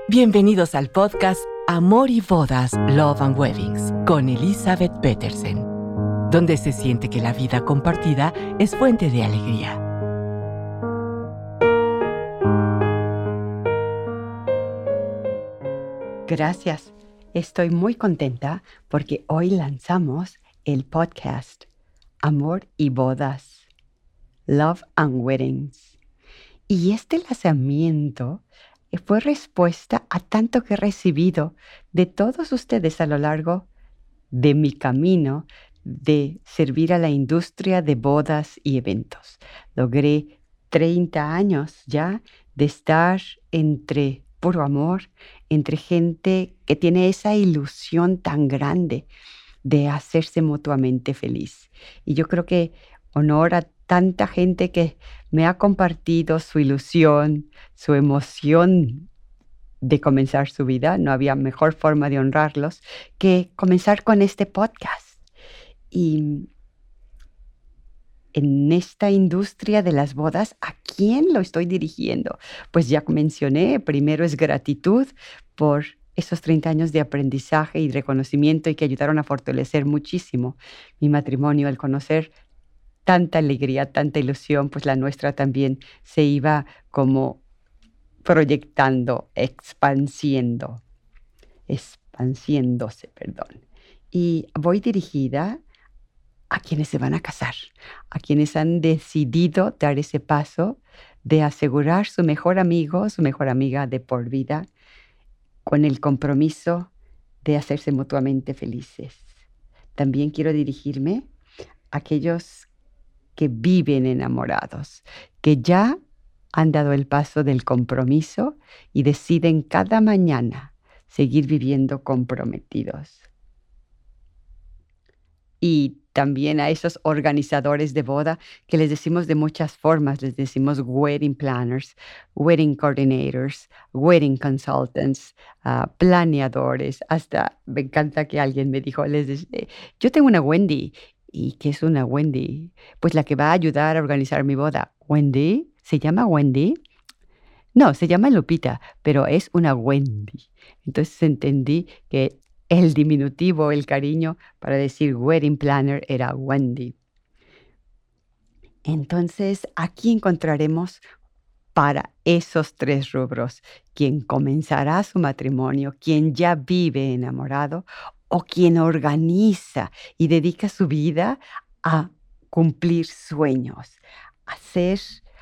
Bienvenidos al podcast Amor y Bodas, Love and Weddings con Elizabeth Petersen, donde se siente que la vida compartida es fuente de alegría. Gracias. Estoy muy contenta porque hoy lanzamos el podcast Amor y Bodas, Love and Weddings. Y este lanzamiento fue respuesta a tanto que he recibido de todos ustedes a lo largo de mi camino de servir a la industria de bodas y eventos. Logré 30 años ya de estar entre puro amor, entre gente que tiene esa ilusión tan grande de hacerse mutuamente feliz. Y yo creo que honor a tanta gente que me ha compartido su ilusión, su emoción de comenzar su vida. No había mejor forma de honrarlos que comenzar con este podcast. Y en esta industria de las bodas, ¿a quién lo estoy dirigiendo? Pues ya mencioné, primero es gratitud por esos 30 años de aprendizaje y reconocimiento y que ayudaron a fortalecer muchísimo mi matrimonio, al conocer tanta alegría, tanta ilusión, pues la nuestra también se iba como proyectando, expandiéndose. Y voy dirigida a quienes se van a casar, a quienes han decidido dar ese paso de asegurar su mejor amigo, su mejor amiga de por vida, con el compromiso de hacerse mutuamente felices. También quiero dirigirme a aquellos que viven enamorados, que ya han dado el paso del compromiso y deciden cada mañana seguir viviendo comprometidos. Y también a esos organizadores de boda que les decimos de muchas formas. Les decimos wedding planners, wedding coordinators, wedding consultants, planeadores. Hasta me encanta que alguien me dijo, yo tengo una Wendy. ¿Y qué es una Wendy? Pues la que va a ayudar a organizar mi boda. ¿Wendy? ¿Se llama Wendy? No, se llama Lupita, pero es una Wendy. Entonces entendí que el diminutivo, el cariño para decir wedding planner era Wendy. Entonces, aquí encontraremos para esos tres rubros: quien comenzará su matrimonio, quien ya vive enamorado o quien organiza y dedica su vida a cumplir sueños, a hacer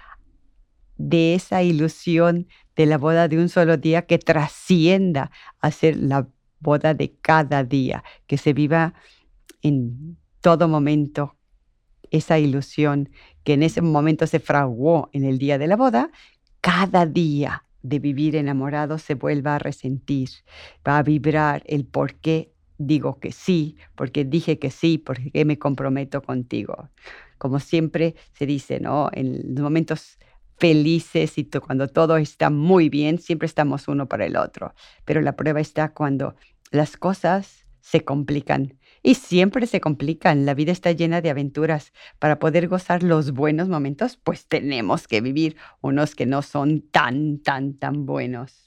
de esa ilusión de la boda de un solo día que trascienda a ser la boda de cada día, que se viva en todo momento esa ilusión que en ese momento se fraguó en el día de la boda. Cada día de vivir enamorado se vuelva a resentir, va a vibrar el por qué digo que sí, porque dije que sí, porque me comprometo contigo. Como siempre se dice, ¿no? En los momentos felices y cuando todo está muy bien, siempre estamos uno para el otro. Pero la prueba está cuando las cosas se complican. Y siempre se complican. La vida está llena de aventuras. Para poder gozar los buenos momentos, pues tenemos que vivir unos que no son tan buenos.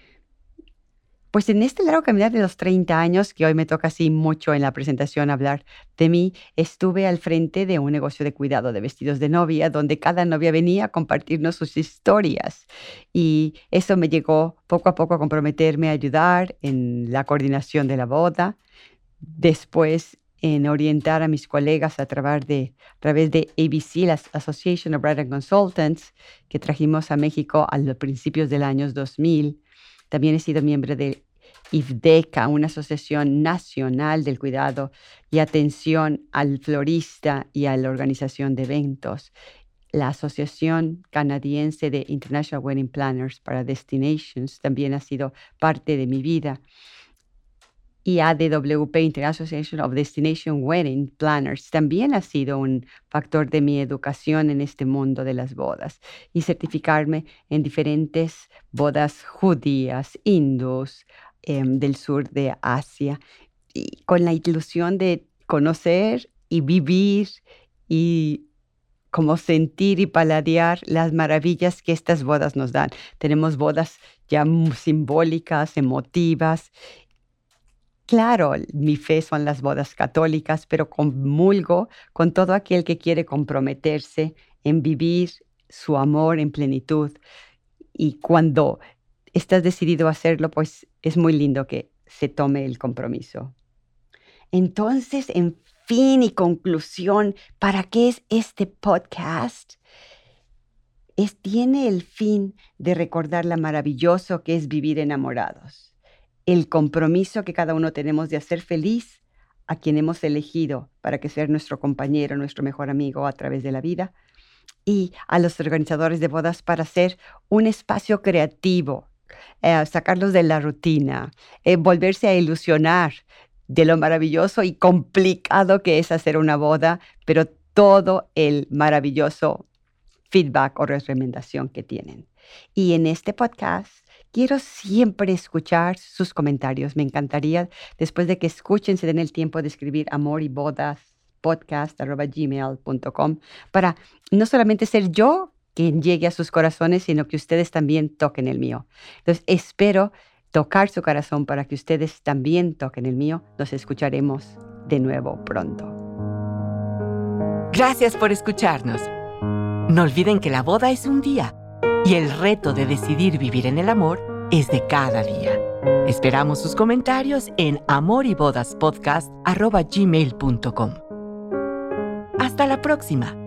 Pues en este largo caminar de los 30 años, que hoy me toca así mucho en la presentación hablar de mí, estuve al frente de un negocio de cuidado de vestidos de novia, donde cada novia venía a compartirnos sus historias. Y eso me llegó poco a poco a comprometerme a ayudar en la coordinación de la boda. Después, en orientar a mis colegas a través de ABC, la Association of Bridal Consultants, que trajimos a México a los principios del año 2000. También he sido miembro de IFDECA, una asociación nacional del cuidado y atención al florista y a la organización de eventos. La Asociación Canadiense de International Wedding Planners para Destinations también ha sido parte de mi vida. Y ADWP, International Association of Destination Wedding Planners, también ha sido un factor de mi educación en este mundo de las bodas. Y certificarme en diferentes bodas judías, hindús, del sur de Asia, y con la ilusión de conocer y vivir y como sentir y paladear las maravillas que estas bodas nos dan. Tenemos bodas ya simbólicas, emotivas. Claro, mi fe son las bodas católicas, pero comulgo con todo aquel que quiere comprometerse en vivir su amor en plenitud. Y cuando estás decidido a hacerlo, pues es muy lindo que se tome el compromiso. Entonces, en fin y conclusión, ¿para qué es este podcast? Tiene el fin de recordar lo maravilloso que es vivir enamorados, el compromiso que cada uno tenemos de hacer feliz a quien hemos elegido para que sea nuestro compañero, nuestro mejor amigo a través de la vida, y a los organizadores de bodas para hacer un espacio creativo, sacarlos de la rutina, volverse a ilusionar de lo maravilloso y complicado que es hacer una boda, pero todo el maravilloso feedback o recomendación que tienen. Y en este podcast quiero siempre escuchar sus comentarios. Me encantaría, después de que escuchen, se den el tiempo de escribir amorybodspodcast@gmail.com para no solamente ser yo quien llegue a sus corazones, sino que ustedes también toquen el mío. Entonces, espero tocar su corazón para que ustedes también toquen el mío. Nos escucharemos de nuevo pronto. Gracias por escucharnos. No olviden que la boda es un día y el reto de decidir vivir en el amor es de cada día. Esperamos sus comentarios en amorybodaspodcast@gmail.com. Hasta la próxima.